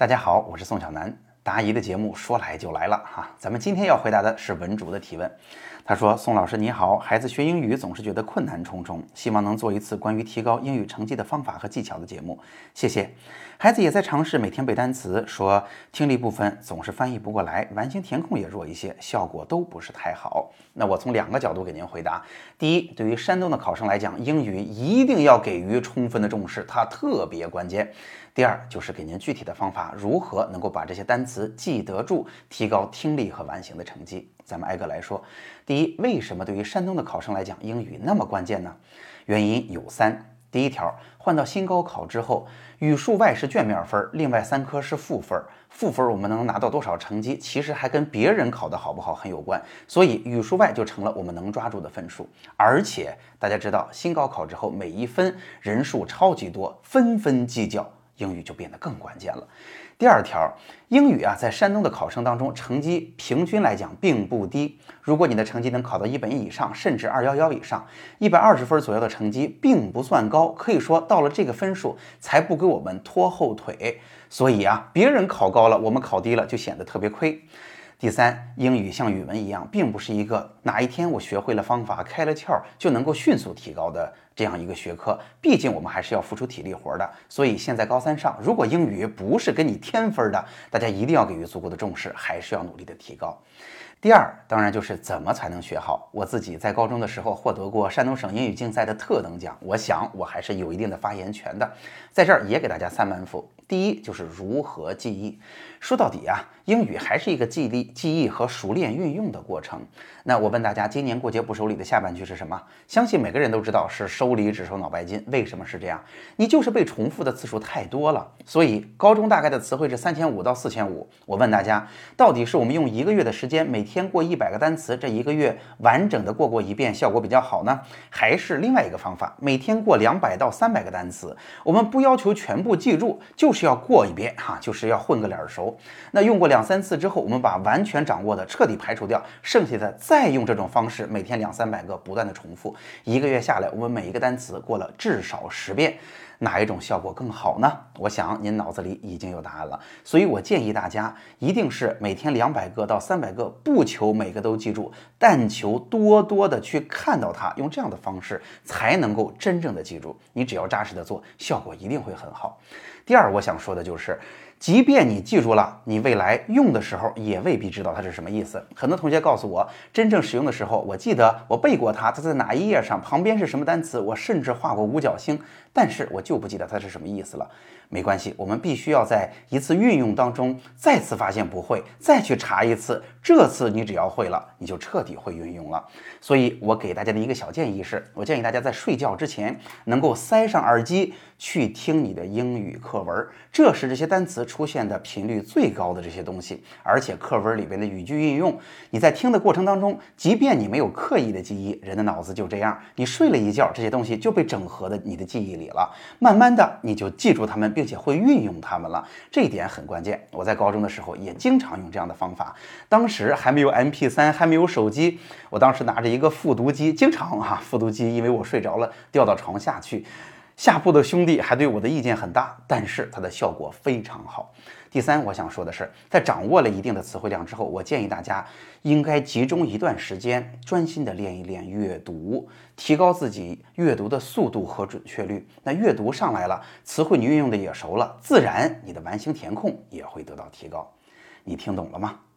大家好，我是宋小南。答疑的节目说来就来了哈，咱们今天要回答的是文竹的提问。他说：宋老师你好，孩子学英语总是觉得困难重重，希望能做一次关于提高英语成绩的方法和技巧的节目，谢谢。孩子也在尝试每天背单词，说听力部分总是翻译不过来，完形填空也弱一些，效果都不是太好。那我从2个角度给您回答。第一，对于山东的考生来讲，英语一定要给予充分的重视，它特别关键。第二，就是给您具体的方法，如何能够把这些单词记得住，提高听力和完形的成绩。咱们挨个来说。第一，为什么对于山东的考生来讲，英语那么关键呢？原因有3。第一条，换到新高考之后，语数外是卷面分，另外3科是赋分。赋分我们能拿到多少成绩，其实还跟别人考得好不好很有关，所以语数外就成了我们能抓住的分数。而且大家知道，新高考之后每一分人数超级多，分分计较，英语就变得更关键了。第二条，英语在山东的考生当中，成绩平均来讲并不低。如果你的成绩能考到1本1以上，甚至211以上，120分左右的成绩并不算高，可以说到了这个分数才不给我们拖后腿。所以别人考高了，我们考低了，就显得特别亏。第三，英语像语文一样，并不是一个哪一天我学会了方法，开了窍就能够迅速提高的这样一个学科，毕竟我们还是要付出体力活的。所以现在高3上，如果英语不是跟你添分的，大家一定要给予足够的重视，还是要努力的提高。第二，当然就是怎么才能学好。我自己在高中的时候获得过山东省英语竞赛的特等奖，我想我还是有一定的发言权的。在这儿也给大家3板斧。第一，就是如何记忆。说到底英语还是一个记忆和熟练运用的过程。那我问大家，今年过节不收礼的下半句是什么？相信每个人都知道是收礼只收脑白金。为什么是这样？你就是被重复的次数太多了。所以高中大概的词汇是3500到4500。我问大家，到底是我们用1个月的时间每天过100个单词，这1个月完整的过一遍效果比较好呢？还是另外一个方法，每天过200到300个单词，我们不要求全部记住，就是要过一遍就是要混个脸熟。那用过2、3次之后，我们把完全掌握的彻底排除掉，剩下的再用这种方式每天200、300个不断的重复，1个月下来，我们每一个单词过了至少10遍。哪一种效果更好呢？我想您脑子里已经有答案了，所以我建议大家一定是每天200个到300个，不求每个都记住，但求多多的去看到它，用这样的方式才能够真正的记住。你只要扎实的做，效果一定会很好。第二，我想说的就是，即便你记住了，你未来用的时候也未必知道它是什么意思。很多同学告诉我，真正使用的时候，我记得我背过它在哪一页上，旁边是什么单词，我甚至画过五角星，但是我就不记得它是什么意思了。没关系，我们必须要在一次运用当中再次发现不会，再去查一次，这次你只要会了，你就彻底会运用了。所以我给大家的一个小建议是，我建议大家在睡觉之前能够塞上耳机去听你的英语课文，这是这些单词出现的频率最高的这些东西，而且课文里边的语句运用，你在听的过程当中，即便你没有刻意的记忆，人的脑子就这样，你睡了一觉，这些东西就被整合的你的记忆里了，慢慢的你就记住它们，并且会运用它们了，这一点很关键。我在高中的时候也经常用这样的方法，当时还没有 MP3， 还没有手机，我当时拿着一个复读机，经常复读机因为我睡着了掉到床下去，下铺的兄弟还对我的意见很大，但是它的效果非常好。第三，我想说的是，在掌握了一定的词汇量之后，我建议大家应该集中一段时间，专心的练一练阅读，提高自己阅读的速度和准确率。那阅读上来了，词汇你运用的也熟了，自然你的完形填空也会得到提高。你听懂了吗？